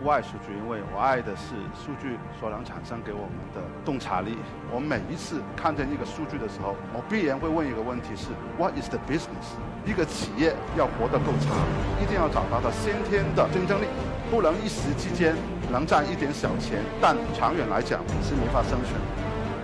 不爱数据，因为我爱的是数据所能产生给我们的洞察力。我每一次看见一个数据的时候，我必然会问一个问题是 What is the business？ 一个企业要活得够长，一定要找到它先天的竞争力，不能一时之间能赚一点小钱，但长远来讲是没法生存的。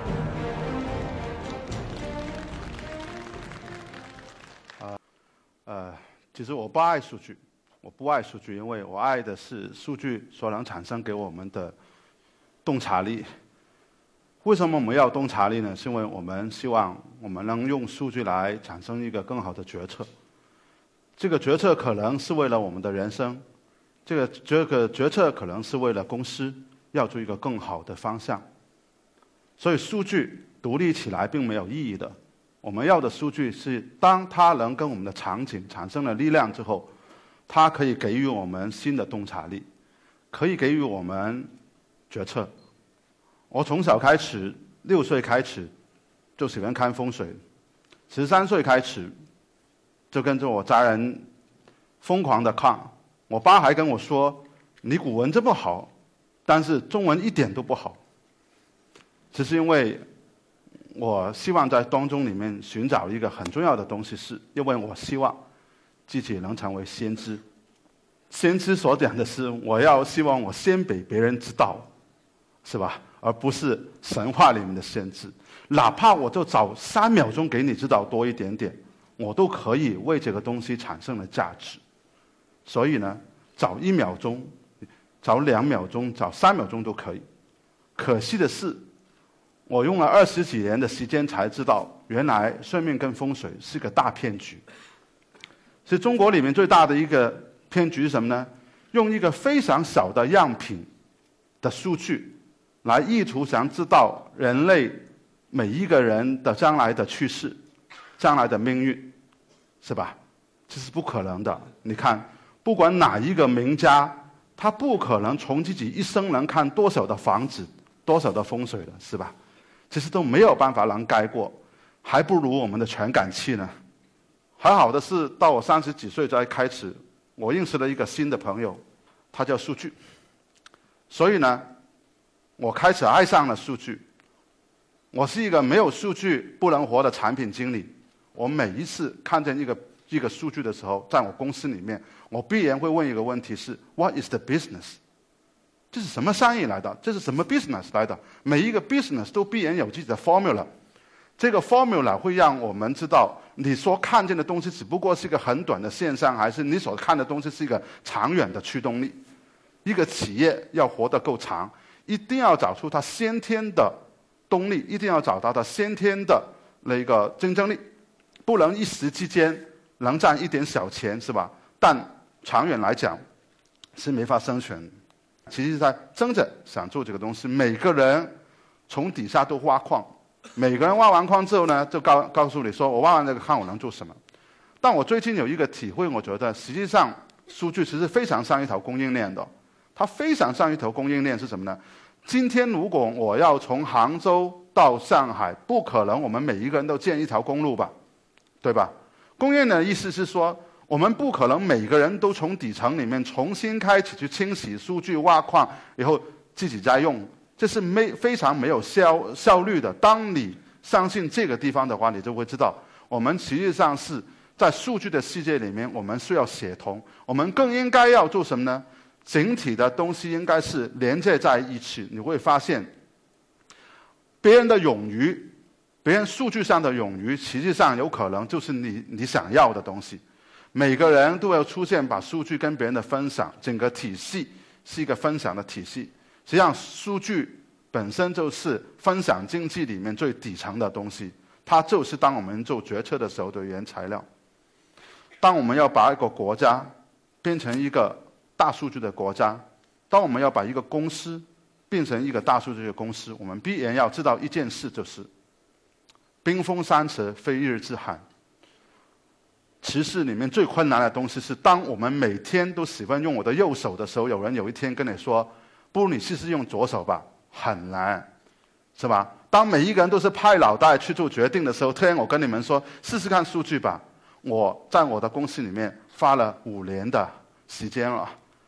其实我不爱数据。我不爱数据，因为我爱的是数据所能产生给我们的洞察力。为什么我们要洞察力呢？是因为我们希望我们能用数据来产生一个更好的决策。这个决策可能是为了我们的人生，这个决策可能是为了公司要做一个更好的方向。所以数据独立起来并没有意义的。我们要的数据是当它能跟我们的场景产生了力量之后，它可以给予我们新的洞察力，可以给予我们决策。我从小开始，6岁开始就喜欢看风水，13岁开始就跟着我家人疯狂的看。我爸还跟我说：“你古文这么好，但是中文一点都不好。”只是因为我希望在当中里面寻找一个很重要的东西，是因为我希望自己能成为先知。先知所讲的是，希望我先被别人知道，是吧？而不是神话里面的先知。哪怕我就早3秒钟给你知道多一点点，我都可以为这个东西产生了价值。所以呢，早1秒钟、早2秒钟、早3秒钟都可以。可惜的是，我用了20几年的时间才知道，原来算命跟风水是个大骗局。是中国里面最大的一个骗局是什么呢？用一个非常小的样品的数据，来意图想知道人类每一个人的将来的趋势、将来的命运，是吧？这是不可能的。你看，不管哪一个名家，他不可能从自己一生能看多少的房子、多少的风水的，是吧？其实都没有办法能盖过，还不如我们的传感器呢。还好的是，到我30几岁才开始，我认识了一个新的朋友，他叫数据。所以呢，我开始爱上了数据。我是一个没有数据不能活的产品经理。我每一次看见一个数据的时候，在我公司里面，我必然会问一个问题是 What is the business？ 这是什么生意来的？这是什么 business 来的？每一个 business 都必然有自己的 formula。这个 formula 会让我们知道，你所看见的东西只不过是一个很短的现象，还是你所看的东西是一个长远的驱动力。一个企业要活得够长，一定要找出它先天的动力，一定要找到它先天的那个竞争力，不能一时之间能赚一点小钱，是吧？但长远来讲是没法生存。其实在真正想做这个东西，每个人从底下都挖矿。每个人挖完矿之后呢，就告诉你说，我挖完这个矿我能做什么。但我最近有一个体会，我觉得实际上数据其实非常像一条供应链的。它非常像一条供应链是什么呢？今天如果我要从杭州到上海，不可能我们每一个人都建一条公路吧，对吧？供应链的意思是说，我们不可能每个人都从底层里面重新开始去清洗数据、挖矿，以后自己再用。这是非常没有效率的。当你相信这个地方的话，你就会知道，我们实际上是在数据的世界里面，我们需要协同。我们更应该要做什么呢？整体的东西应该是连接在一起。你会发现，别人的冗余，别人数据上的冗余，实际上有可能就是你想要的东西。每个人都要出现把数据跟别人的分享，整个体系是一个分享的体系。实际上，数据本身就是分享经济里面最底层的东西，它就是当我们做决策的时候的原材料。当我们要把一个国家变成一个大数据的国家，当我们要把一个公司变成一个大数据的公司，我们必然要知道一件事，就是冰封三尺非一日之寒。其实里面最困难的东西是，当我们每天都喜欢用我的右手的时候，有人有一天跟你说，不如你试试用左手吧，很难，是吧？当每一个人都是拍脑袋去做决定的时候，突然我跟你们说，试试看数据吧。我在我的公司里面花了5年的时间了，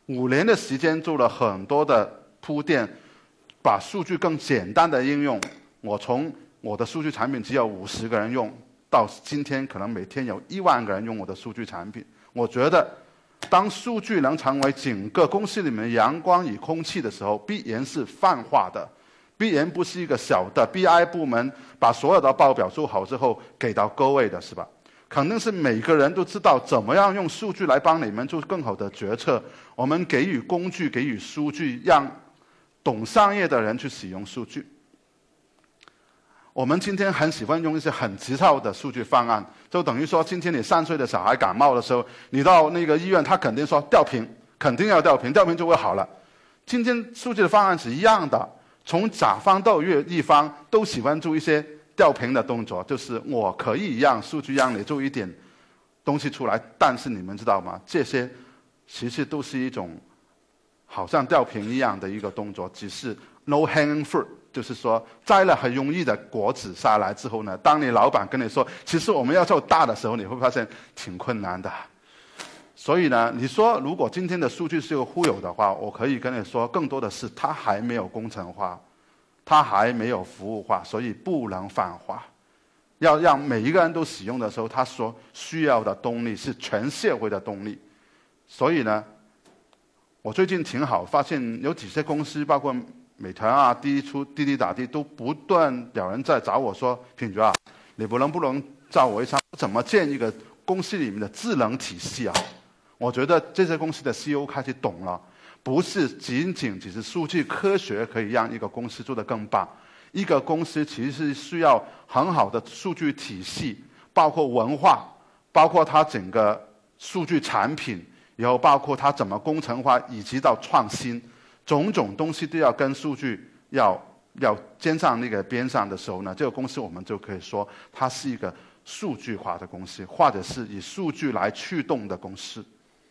5年的时间做了很多的铺垫，把数据更简单的应用。我从我的数据产品只有50个人用，到今天可能每天有1万个人用我的数据产品。我觉得，当数据能成为整个公司里面的阳光与空气的时候，必然是泛化的，必然不是一个小的 BI 部门把所有的报表做好之后给到各位的，是吧？肯定是每个人都知道怎么样用数据来帮你们做更好的决策。我们给予工具，给予数据，让懂商业的人去使用数据。我们今天很喜欢用一些很急躁的数据方案，就等于说，今天你3岁的小孩感冒的时候，你到那个医院，他肯定说吊瓶，肯定要吊瓶，吊瓶就会好了。今天数据的方案是一样的，从甲方到乙方都喜欢做一些吊瓶的动作，就是我可以让数据让你做一点东西出来，但是你们知道吗？这些其实都是一种好像吊瓶一样的一个动作，只是 no hanging fruit， 就是说摘了很容易的果子下来之后呢，当你老板跟你说其实我们要做大的时候，你会发现挺困难的。所以呢，你说如果今天的数据是个忽悠的话，我可以跟你说更多的是它还没有工程化，它还没有服务化，所以不能泛化。要让每一个人都使用的时候，他所需要的动力是全社会的动力。所以呢，我最近挺好，发现有几些公司，包括美团啊、滴滴打的，都不断有人在找我说：“品菊啊，你能不能教我一下怎么建一个公司里面的智能体系啊？”我觉得这些公司的 CEO 开始懂了，不是仅只是数据科学可以让一个公司做得更棒。一个公司其实是需要很好的数据体系，包括文化，包括它整个数据产品，然后包括它怎么工程化，以及到创新，种种东西都要跟数据要兼上那个边上的时候呢，这个公司我们就可以说它是一个数据化的公司，或者是以数据来驱动的公司。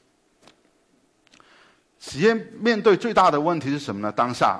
企业面对最大的问题是什么呢？当下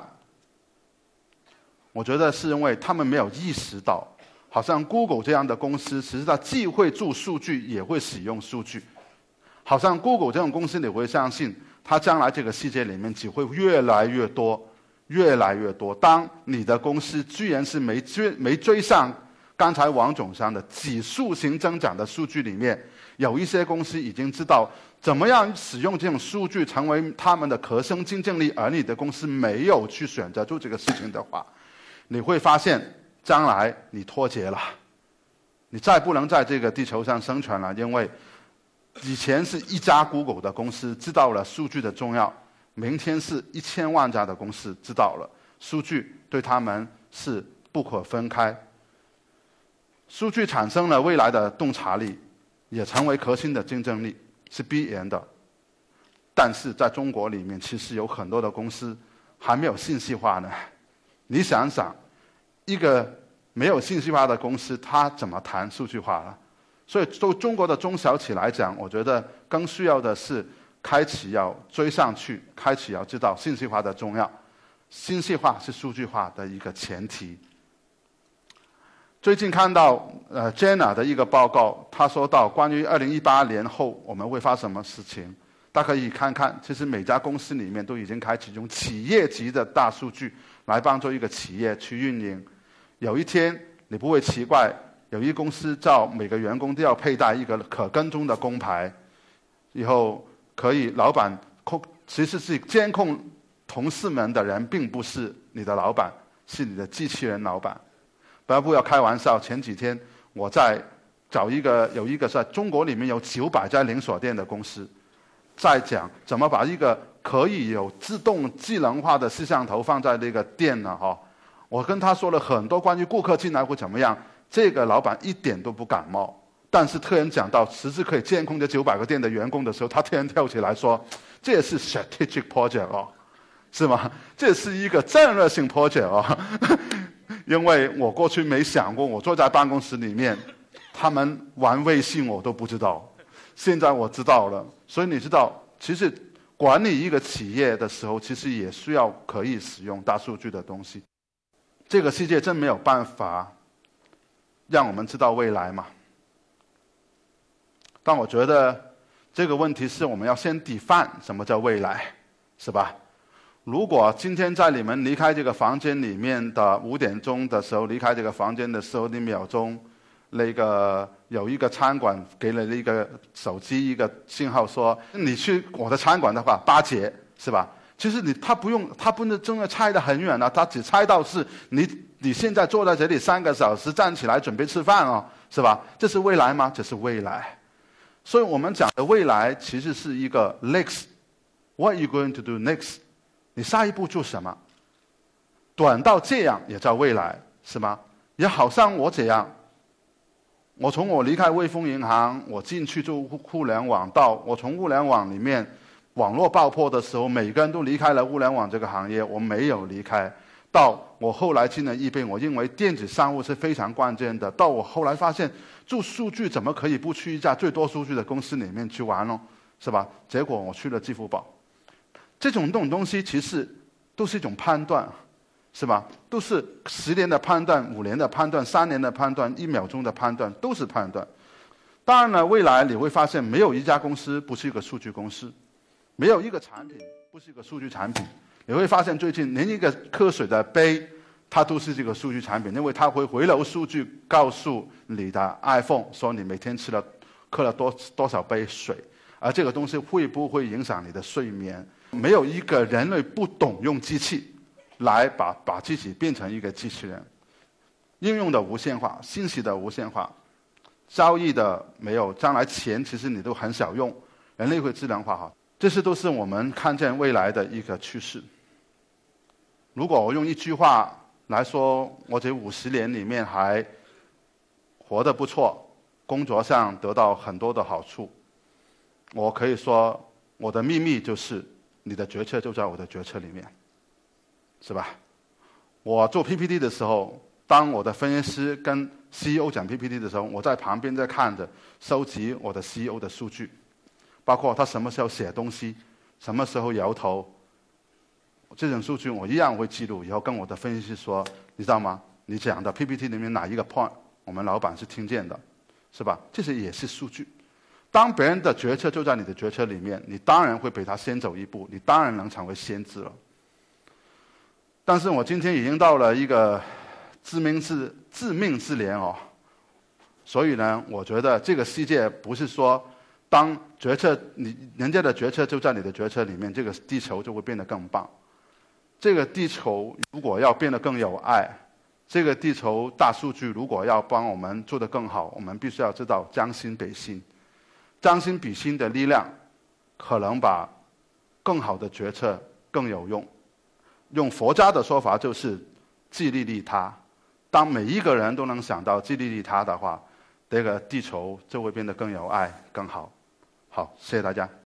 我觉得是因为他们没有意识到，好像 Google 这样的公司，其实它既会做数据，也会使用数据。好像 Google 这种公司，你会相信，它将来这个世界里面只会越来越多，越来越多。当你的公司居然是没追上刚才王总上的指数型增长的数据里面，有一些公司已经知道怎么样使用这种数据成为他们的核心竞争力，而你的公司没有去选择做这个事情的话，你会发现将来你脱节了，你再不能在这个地球上生存了。因为以前是一家 Google 的公司知道了数据的重要，明天是1000万家的公司知道了数据对他们是不可分开。数据产生了未来的洞察力，也成为核心的竞争力，是必然的。但是在中国里面，其实有很多的公司还没有信息化呢。你想想，一个没有信息化的公司，它怎么谈数据化了？所以对中国的中小企来讲，我觉得更需要的是开始要追上去，开始要知道信息化的重要。信息化是数据化的一个前提。最近看到Jenna 的一个报告，他说到关于2018年后我们会发生什么事情，大家可以看看，其实每家公司里面都已经开始用企业级的大数据来帮助一个企业去运营。有一天你不会奇怪，有一公司叫每个员工都要佩戴一个可跟踪的工牌，以后可以老板其实是监控同事们的人并不是你的老板，是你的机器人老板。不要开玩笑，前几天我在找有一个在中国里面有900家连锁店的公司，在讲怎么把一个可以有自动智能化的摄像头放在那个店呢？我跟他说了很多关于顾客进来会怎么样，这个老板一点都不感冒。但是突然讲到实质可以监控这900个店的员工的时候，他突然跳起来说：“这也是 strategic project 哦，是吗？这是一个战略性 project 哦。”因为我过去没想过，我坐在办公室里面，他们玩微信我都不知道，现在我知道了。所以你知道，其实管理一个企业的时候，其实也需要可以使用大数据的东西。这个世界真没有办法让我们知道未来嘛。但我觉得这个问题是我们要先define什么叫未来。 是吧？如果今天在你们离开这个房间里面的5点钟的时候，离开这个房间的时候1秒钟，那个有一个餐馆给了一个手机一个信号说你去我的餐馆的话8节，是吧？其实他不能真的猜得很远了，他只猜到是你现在坐在这里3个小时，站起来准备吃饭哦，是吧？这是未来吗？这是未来。所以我们讲的未来其实是一个 next，what are you going to do next？ 你下一步做什么？短到这样也叫未来，是吗？也好像我这样，我从我离开汇丰银行，我进去做互联网，到我从互联网里面网络爆破的时候，每个人都离开了互联网这个行业，我没有离开。到我后来进了易贝，我认为电子商务是非常关键的。到我后来发现，做数据怎么可以不去一家最多数据的公司里面去玩呢？是吧？结果我去了支付宝。这种东西其实都是一种判断，是吧？都是10年的判断、5年的判断、3年的判断、1秒钟的判断，都是判断。当然了，未来你会发现，没有一家公司不是一个数据公司，没有一个产品不是一个数据产品。你会发现，最近连一个喝水的杯，它都是这个数据产品，因为它会回流数据，告诉你的 iPhone 说你每天喝了多少杯水，而这个东西会不会影响你的睡眠？没有一个人类不懂用机器来把自己变成一个机器人。应用的无限化，信息的无限化，交易的没有，将来钱其实你都很少用，人类会智能化哈。这些都是我们看见未来的一个趋势。如果我用一句话来说，我这50年里面还活得不错，工作上得到很多的好处，我可以说我的秘密就是你的决策就在我的决策里面，是吧？我做 PPT 的时候，当我的分析师跟 CEO 讲 PPT 的时候，我在旁边在看着，收集我的 CEO 的数据，包括他什么时候写东西，什么时候摇头，这种数据我一样会记录，以后跟我的分析师说，你知道吗？你讲的 PPT 里面哪一个 point， 我们老板是听见的，是吧？这些也是数据。当别人的决策就在你的决策里面，你当然会比他先走一步，你当然能成为先知了。但是我今天已经到了一个致命之年哦，所以呢，我觉得这个世界不是说当决策人家的决策就在你的决策里面，这个地球就会变得更棒。这个地球如果要变得更有爱，这个地球大数据如果要帮我们做得更好，我们必须要知道将心比心。将心比心的力量，可能把更好的决策更有用。用佛家的说法就是自利利他。当每一个人都能想到自利利他的话，这个地球就会变得更有爱、更好。好，谢谢大家。